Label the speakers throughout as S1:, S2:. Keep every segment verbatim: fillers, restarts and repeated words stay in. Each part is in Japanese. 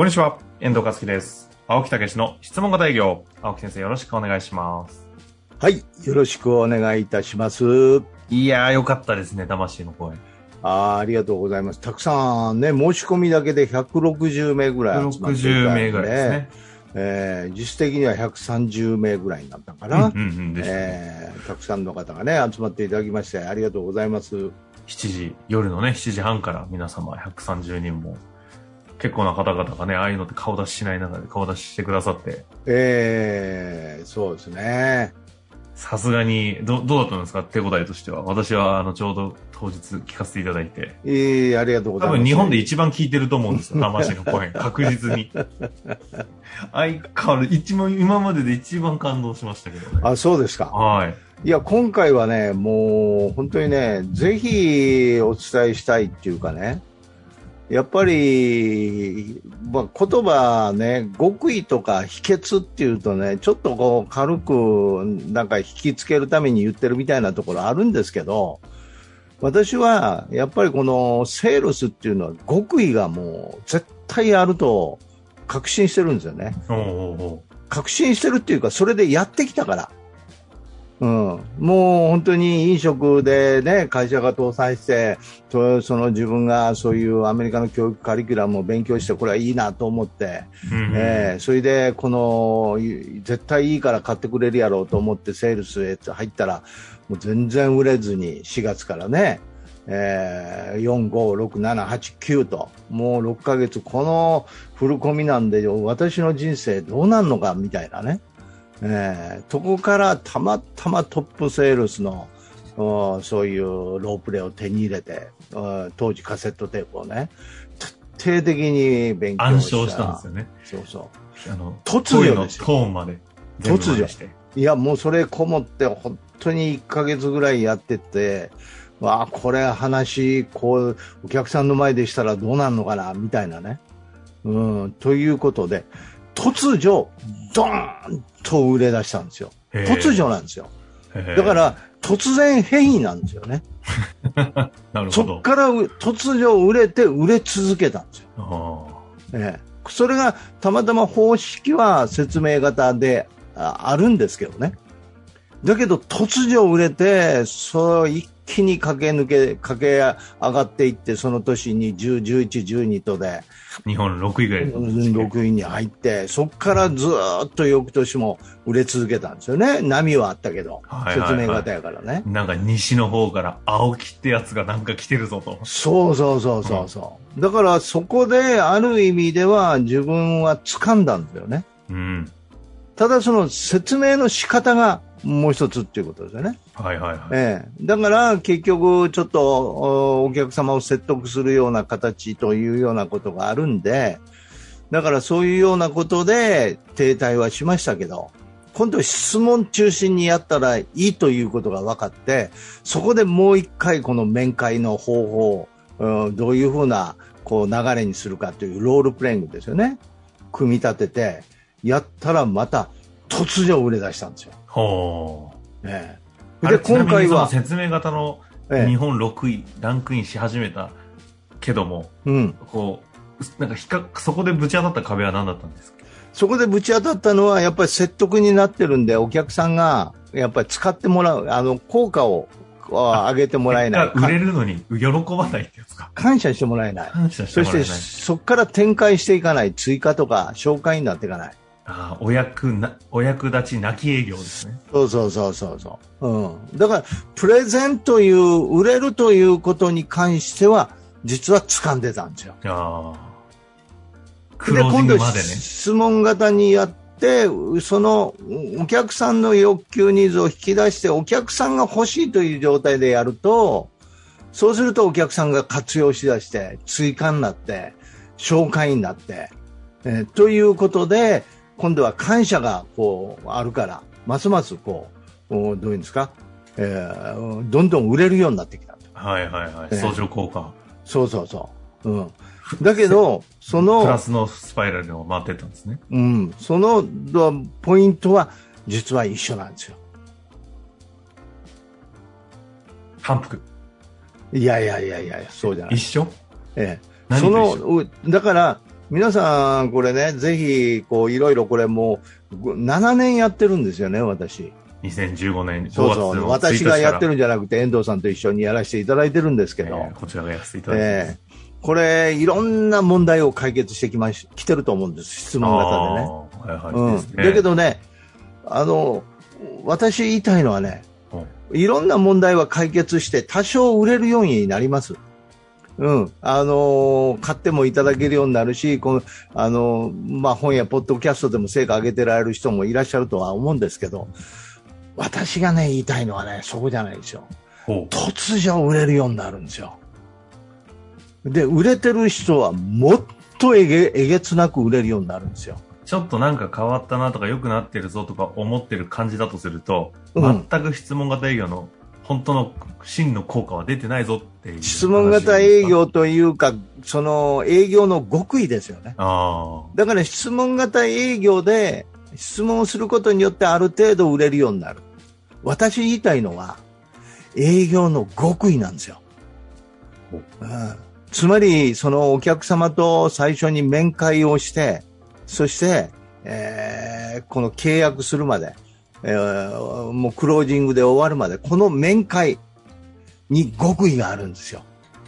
S1: こんにちは、遠藤和樹です。青木武の質問型営業。青木先生、よろしくお願いします。
S2: はい、よろしくお願いいたします。
S1: いやー、よかったですね、魂の声。
S2: あ, ありがとうございます。たくさんね、申し込みだけでひゃくろくじゅうめいぐらい集まっていたので、ひゃくろくじゅうめいぐらいですね。えー、実質的にはひゃくさんじゅうめいぐらいになったかな。うんうんうんですね、えー、たくさんの方がね、集まっていただきまして、ありがとうございます。
S1: しちじ、夜のね、しちじはんから皆様ひゃくさんじゅうにんも、結構な方々がね、ああいうのって顔出ししない中で顔出ししてくださって。
S2: えー、そうですね。
S1: さすがに、ど、どうだったんですか、手応えとしては。私は、あの、ちょうど当日聞かせていただいて。
S2: えー、ありがとうございます。
S1: 多分日本で一番聞いてると思うんですよ、魂の声。確実に。相変わらず、一番、今までで一番感動しましたけどね。
S2: あ、そうですか。
S1: はい。
S2: いや、今回はね、もう、本当にね、ぜひお伝えしたいっていうかね、やっぱり、まあ、言葉ね、極意とか秘訣っていうとね、ちょっとこう軽くなんか引きつけるために言ってるみたいなところあるんですけど、私はやっぱりこのセールスっていうのは極意がもう絶対あると確信してるんですよね。
S1: おうおうおう、
S2: 確信してるっていうか、それでやってきたから。うん、もう本当に飲食で、ね、会社が倒産して、その自分がそういうアメリカの教育カリキュラムを勉強して、これはいいなと思って、うんうん、えー、それでこの絶対いいから買ってくれるやろうと思ってセールスへ入ったら、もう全然売れずにしがつからね、えー、よん、ご、ろく、なな、はち、きゅうともうろっかげつこのフルコミなんで、私の人生どうなるのかみたいなね。えー、そこからたまたまトップセールスのそういうロープレイを手に入れて、当時カセットテープをね徹底的に勉強した。
S1: 暗唱したんですよね。
S2: そうそう。
S1: あの
S2: 突如ですよ。
S1: トーンまで
S2: 突如。いやもうそれこもって本当にいっかげつぐらいやってて、わあこれ話こうお客さんの前でしたらどうなるのかなみたいなね。うんということで。突如ドーンと売れ出したんですよ。突如なんですよ。だから突然変異なんですよね。
S1: なるほど。
S2: そこから突如売れて売れ続けたんですよ。ええ、それがたまたま方式は説明型であるんですけどね。だけど突如売れてそう一気に駆け抜け駆け上がっていって、その年にじゅう、じゅういち、じゅうにとで
S1: 日本ろくいぐらい
S2: ろくいに入って、そこからずっと翌年も売れ続けたんですよね。波はあったけど、はいはいはい、説明型やからね。
S1: なんか西の方から青木ってやつがなんか来てるぞと。
S2: そうそうそうそうそう、うん、だからそこである意味では自分は掴んだんだよね。
S1: うん、
S2: ただその説明の仕方がもう一つっていうことですよね。
S1: はいはいはい。
S2: ええ、だから結局ちょっとお客様を説得するような形というようなことがあるんで、だからそういうようなことで停滞はしましたけど、今度質問中心にやったらいいということが分かって、そこでもう一回この面会の方法、うん、どういうふうなこう流れにするかというロールプレイングですよね。組み立ててやったらまた突如売れ出したんですよ。
S1: ほう。
S2: ええ、
S1: で今回は説明型の日本ろくい、ええ、ランクインし始めたけども、
S2: うん、
S1: こうなんか比較そこでぶち当たった壁は何だったんですか？
S2: そこでぶち当たったのはやっぱり説得になってるんで、お客さんがやっぱり使ってもらう、あの効果を上げてもらえない、
S1: 売れるのに喜ばないってやつか。
S2: 感謝してもらえない、
S1: 感謝してもらえない。
S2: そしてそこから展開していかない、追加とか紹介になっていかない。
S1: ああ、お役な、お役立ちなき営業ですね。
S2: そうそうそうそうそう、うん、だからプレゼンという売れるということに関しては実は掴んでたんですよ。
S1: ああ、クロージングまでね。
S2: で今度質問型にやって、そのお客さんの欲求ニーズを引き出してお客さんが欲しいという状態でやると、そうするとお客さんが活用しだして追加になって紹介になって、えー、ということで今度は感謝がこうあるからますますこうどういうんですか、えー、どんどん売れるようになってきたと。
S1: はいはいはい、相乗効果。
S2: そうそうそう、うん、だけどその
S1: プラスのスパイラルを回ってったんですね。
S2: うん、そのポイントは実は一緒なんですよ。
S1: 反復。
S2: いやいやいやいや、そうじゃない。
S1: 一緒？
S2: ええ、そのだから皆さん、これね、ぜひ、こう、いろいろこれもう、ななねんやってるんですよね、私。
S1: にせんじゅうごねん
S2: そうそう。私がやってるんじゃなくて、遠藤さんと一緒にやらせていただいてるんですけど。
S1: えー、こちらがやらせていただいてます。
S2: えー、これ、いろんな問題を解決してきまし、来てると思うんです。質問型でね。
S1: はいはい、うんですね。
S2: だけどね、あの、私言いたいのはね、いろんな問題は解決して多少売れるようになります。うん、あのー、買ってもいただけるようになるし、この、あのー、まあ、本やポッドキャストでも成果上げてられる人もいらっしゃるとは思うんですけど、私がね、言いたいのはね、そこじゃないですよ。突如売れるようになるんですよ。で、売れてる人はもっとえげ、えげつなく売れるようになるんですよ。
S1: ちょっとなんか変わったなとか良くなってるぞとか思ってる感じだとすると、
S2: うん、
S1: 全く質問型営業の本当の真の効果は出てないぞっていう。
S2: 質問型営業というか、その営業の極意ですよね。
S1: あ
S2: だから質問型営業で質問をすることによってある程度売れるようになる。私言いたいのは営業の極意なんですよ。うん、つまりそのお客様と最初に面会をして、そして、えー、この契約するまで、えー、もうクロージングで終わるまで、この面会に極意があるんですよ。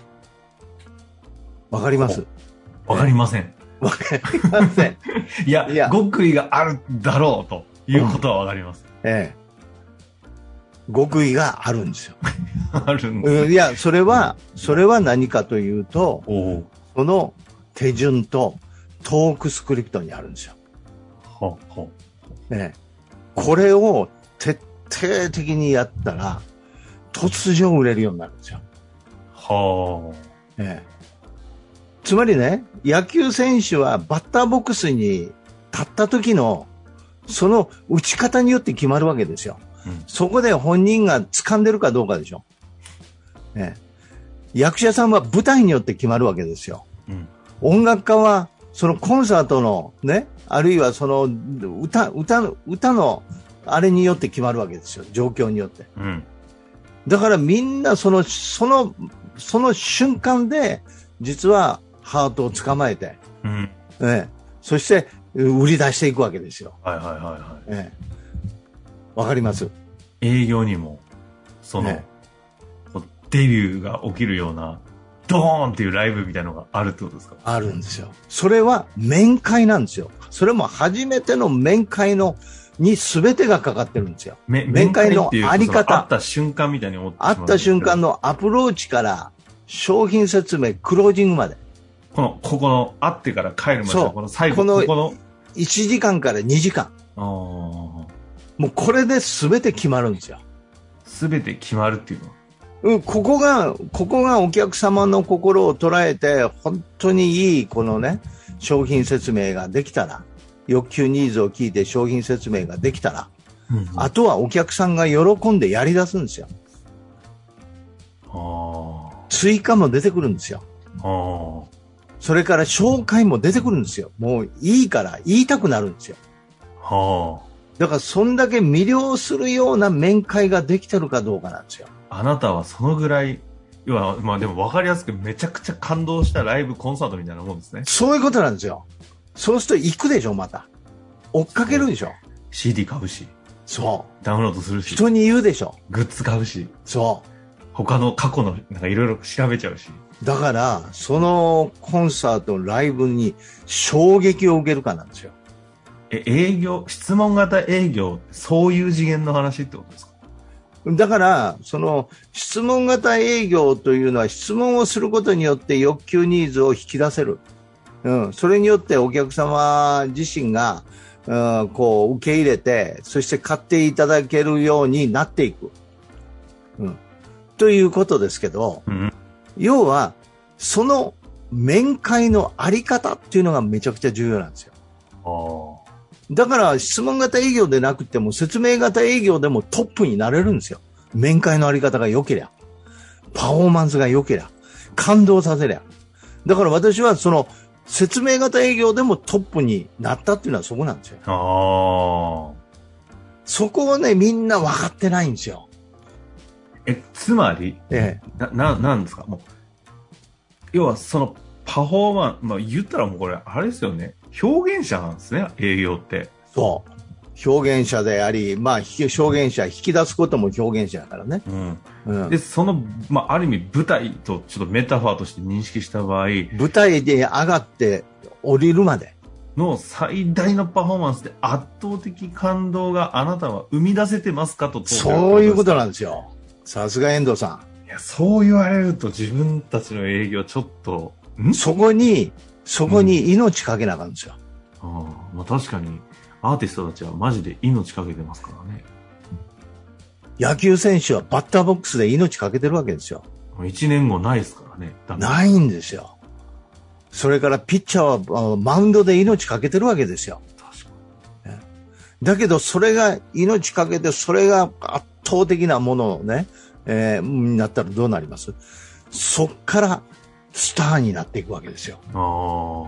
S2: わかります？
S1: わかりません。
S2: わかりません。
S1: いや、いや極意があるだろうということはわかります。
S2: うん、ええ。極意があるんですよ。
S1: あるんです。
S2: いや、それは、それは何かというと、その手順とトークスクリプトにあるんですよ。
S1: ほうほ
S2: う。ね、これを徹底的にやったら、突如売れるようになるんですよ。
S1: は
S2: あ。ね、つまりね、野球選手はバッターボックスに立った時の、その打ち方によって決まるわけですよ。うん、そこで本人が掴んでるかどうかでしょ。ね、役者さんは舞台によって決まるわけですよ。うん、音楽家はそのコンサートのね、あるいはその歌、歌の、歌のあれによって決まるわけですよ。状況によって。うん、だからみんなその、その、その瞬間で実はハートを捕まえて、うんね、そして売り出していくわけですよ。
S1: はいはいはいはい。
S2: ね、わかります？
S1: 営業にも、その、ね、デビューが起きるような、ドーンっていうライブみたいなのがあるってことですか？
S2: あるんですよ。それは面会なんですよ。それも初めての面会の、に全てがかかってるんですよ。面会のあり方。
S1: 会った瞬間みたいに思ってしまうんですけど。
S2: 会った瞬間のアプローチから商品説明、クロージングまで。
S1: この、ここの、会ってから帰るまで
S2: の、
S1: この最後、
S2: この、
S1: ここの
S2: いちじかんからにじかん。
S1: あ
S2: もうこれで全て決まるんですよ。
S1: 全て決まるっていうのは、
S2: うん、ここが、ここがお客様の心を捉えて、本当にいい、このね、商品説明ができたら、欲求ニーズを聞いて商品説明ができたら、うんうん、あとはお客さんが喜んでやり出すんですよ。
S1: あ
S2: 追加も出てくるんですよ。
S1: あ
S2: それから紹介も出てくるんですよ。もういいから言いたくなるんですよ。
S1: はあ、
S2: だからそんだけ魅了するような面会ができてるかどうかなんですよ。
S1: あなたはそのぐらい、要は、まあでも分かりやすくめちゃくちゃ感動したライブコンサートみたいなもんですね。
S2: そういうことなんですよ。そうすると行くでしょ、また。追っかけるでしょ。
S1: シーディー 買うし。
S2: そう。
S1: ダウンロードするし。
S2: 人に言うでしょ。
S1: グッズ買うし。
S2: そう。
S1: 他の過去のなんかいろいろ調べちゃうし。
S2: だから、そのコンサート、ライブに衝撃を受けるかなんですよ。
S1: え、営業、質問型営業、そういう次元の話ってことですか？
S2: だから、その質問型営業というのは質問をすることによって欲求ニーズを引き出せる。うん、それによってお客様自身が、うん、こう受け入れて、そして買っていただけるようになっていく。うん、ということですけど、うん、要は、その面会のあり方っていうのがめちゃくちゃ重要なんですよ。
S1: ああ。
S2: だから質問型営業でなくても説明型営業でもトップになれるんですよ。面会のあり方が良ければ、パフォーマンスが良ければ、感動させりゃ。だから私はその説明型営業でもトップになったっていうのはそこなんですよ。
S1: ああ。
S2: そこをね、みんな分かってないんですよ。
S1: え、つまり、
S2: ええ、
S1: な、な、なんですかもう、要はその、パパフォーマンス、まあ言ったらもうこれ、あれですよね。表現者なんですね、営業って。
S2: そう。表現者であり、まあ、表現者、引き出すことも表現者だからね。
S1: うん
S2: うん、
S1: で、その、まあ、ある意味舞台とちょっとメタファーとして認識した場合、
S2: 舞台で上がって降りるまで
S1: の最大のパフォーマンスで圧倒的感動があなたは生み出せてますかと。
S2: そういうことなんですよ。さすが遠藤さ
S1: ん。いや、そう言われると自分たちの営業ちょっと、
S2: んそこに、そこに命かけなあかんですよ。
S1: うん、あまあ、確かに、アーティストたちはマジで命かけてますからね。
S2: 野球選手はバッターボックスで命かけてるわけですよ。
S1: 一年後ないですからね。
S2: ないんですよ。それからピッチャーはマウンドで命かけてるわけですよ。
S1: 確かに。
S2: だけどそれが命かけて、それが圧倒的なものをね、えー、になったらどうなります？そっからスターになっていくわけですよ。
S1: あ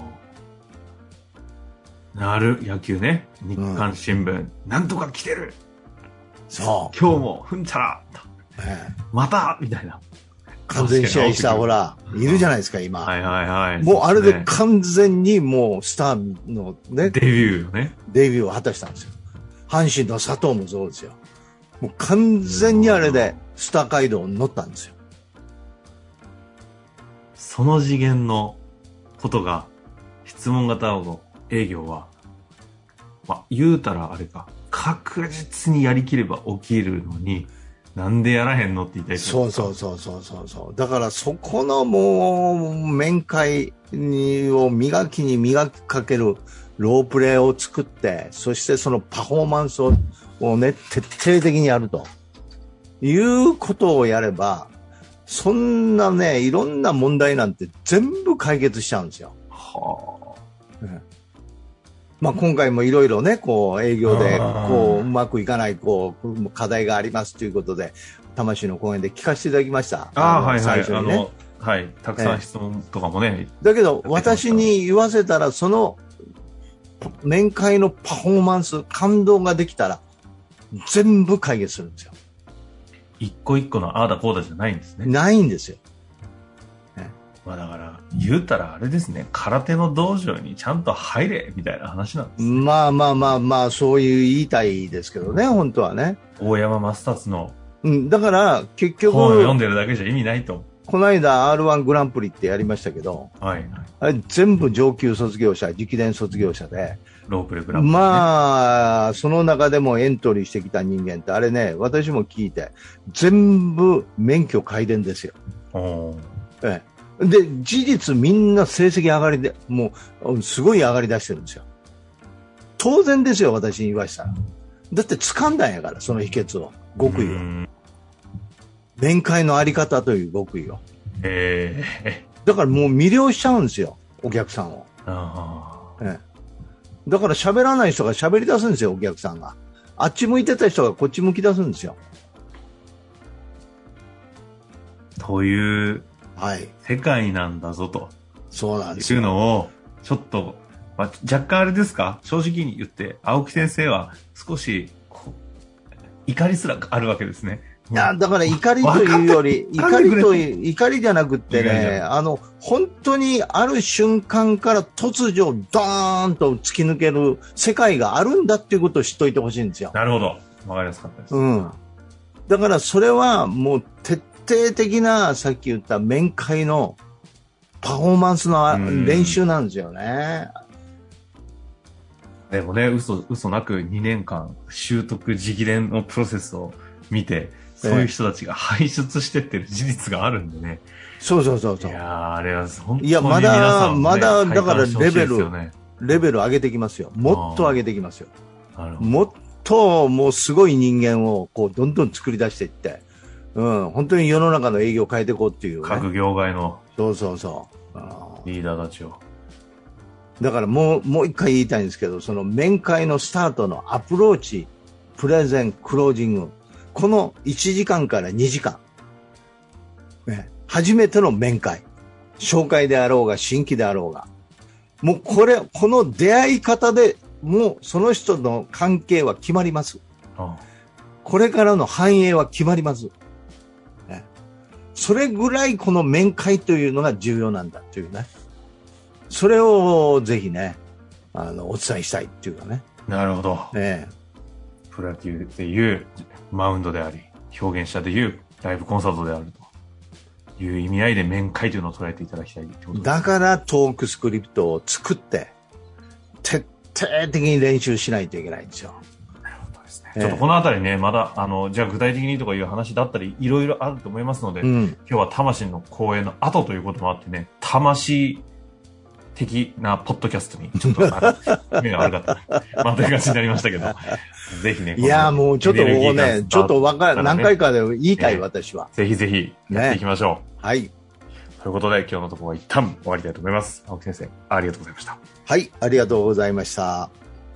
S1: あ。なる、野球ね。日刊新聞、うん、なんとか来てる。
S2: そう。
S1: 今日もふんちゃら、えー、またみたいな。
S2: 完全試合したほら、いるじゃないですか、今。
S1: はいはいはい。
S2: もうあれで完全にもうスターのね、
S1: デビューね。
S2: デビューを果たしたんですよ。阪神の佐藤もそうですよ。もう完全にあれでスター街道に乗ったんですよ。
S1: その次元のことが、質問型の営業は、まあ、言うたらあれか、確実にやりきれば起きるのに、なんでやらへんのって言いたいですか。
S2: そうそうそうそうそうそう。だからそこのもう面会にを磨きに磨きかけるロープレーを作って、そしてそのパフォーマンスを、をね、徹底的にやるということをやれば、そんなね、いろんな問題なんて全部解決しちゃうんですよ。はあ。うんまあ、今回もいろいろね、こう営業でこううまくいかないこう課題がありますということで、魂の講演で聞かせていただきました。
S1: ああ、はいはい、ね、あのはい、たくさん質問とかもね。
S2: だけど私に言わせたら、その面会のパフォーマンス、感動ができたら全部解決するんですよ。
S1: 一個一個のああだこうだじゃないんですね。
S2: ないんですよ。
S1: まあだから言うたらあれですね、空手の道場にちゃんと入れみたいな話なんです、ね、
S2: まあまあまあまあ、そういう言いたいですけどね、本当はね。
S1: 大山マスターズの、
S2: うん、だから結局
S1: 本を読んでるだけじゃ意味ないと。
S2: この間 アールワン グランプリってやりましたけど、
S1: はいはい、
S2: あれ全部上級卒業者、直伝卒業者で、
S1: ロープレグランプリ、ね、
S2: まあその中でもエントリーしてきた人間ってあれね、私も聞いて全部免許皆伝ですよ。おええで、事実みんな成績上がりで、もう、すごい上がり出してるんですよ。当然ですよ、私に言わしたら。だって掴んだんやから、その秘訣を、極意を。面会のあり方という極意を。
S1: へ
S2: だからもう魅了しちゃうんですよ、お客さんを。あええ、だから喋らない人が喋り出すんですよ、お客さんが。あっち向いてた人がこっち向き出すんですよ。
S1: という、
S2: はい、
S1: 世界なんだぞと。
S2: そうなんですよ。
S1: いうのを、ちょっと、まあ、若干あれですか、正直に言って、青木先生は少し、怒りすらあるわけですね。
S2: いや、だから怒りというより、怒りという、怒りじゃなくってね、あの、本当にある瞬間から突如、ドーンと突き抜ける世界があるんだっていうことを知っといてほしいんですよ。
S1: なるほど。わかりやすかったです。
S2: うん。だからそれはもう徹底的な、さっき言った面会のパフォーマンスの練習なんですよね。
S1: でもね、嘘、嘘なくにねんかん習得直伝のプロセスを見て、そういう人たちが輩出してってる事実があるんでね。
S2: そうそうそうそう。
S1: いやー、あれは本当に
S2: いや、まだ、まだ、だからレベル、
S1: ね、
S2: レベル上げてきますよ。もっと上げてきますよ。
S1: なるほど。
S2: もっと、もうすごい人間を、こう、どんどん作り出していって、うん、本当に世の中の営業を変えていこうっていう、ね。
S1: 各業界の。
S2: そうそうそう。
S1: リーダーたちを。
S2: だからもう、もう一回言いたいんですけど、その面会のスタートのアプローチ、プレゼン、クロージング、このいちじかんからにじかん、ね、初めての面会、紹介であろうが新規であろうが、もうこれ、この出会い方でもうその人の関係は決まります。ああ、これからの繁栄は決まります。ね、それぐらいこの面会というのが重要なんだというね。 それをぜひね、あの、お伝えしたいっていうかね。
S1: なるほど。
S2: ね、
S1: プロ野球でいうマウンドであり、表現者でいうライブコンサートであるという意味合いで面会というのを捉えていただきたいってことですね。
S2: だからトークスクリプトを作って、徹底的に練習しないといけないんですよ。
S1: なるほどですね。ちょっとこのあたりね、まだ、あの、じゃあ具体的にとかいう話だったり、いろいろあると思いますので、うん、今日は魂の講演の後ということもあってね、魂的なポッドキャストにちょっとあ目が悪かった。まあという感じになりましたけど、ぜひね。
S2: いや、もうちょっともうね、ちょっとわかる、何回かでいいかい、私は。
S1: ぜひぜひやっていきましょう。
S2: ね、はい。
S1: ということで、今日のところは一旦終わりたいと思います。青木先生、ありがとうございました。
S2: はい、ありがとうございました。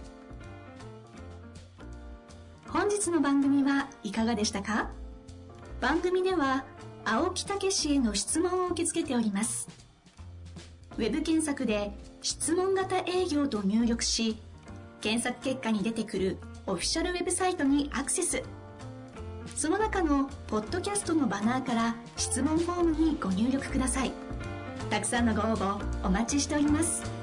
S3: 本日の番組はいかがでしたか？番組では青木武氏への質問を受け付けております。ウェブ検索で質問型営業と入力し、検索結果に出てくるオフィシャルウェブサイトにアクセス。その中のポッドキャストのバナーから質問フォームにご入力ください。たくさんのご応募お待ちしております。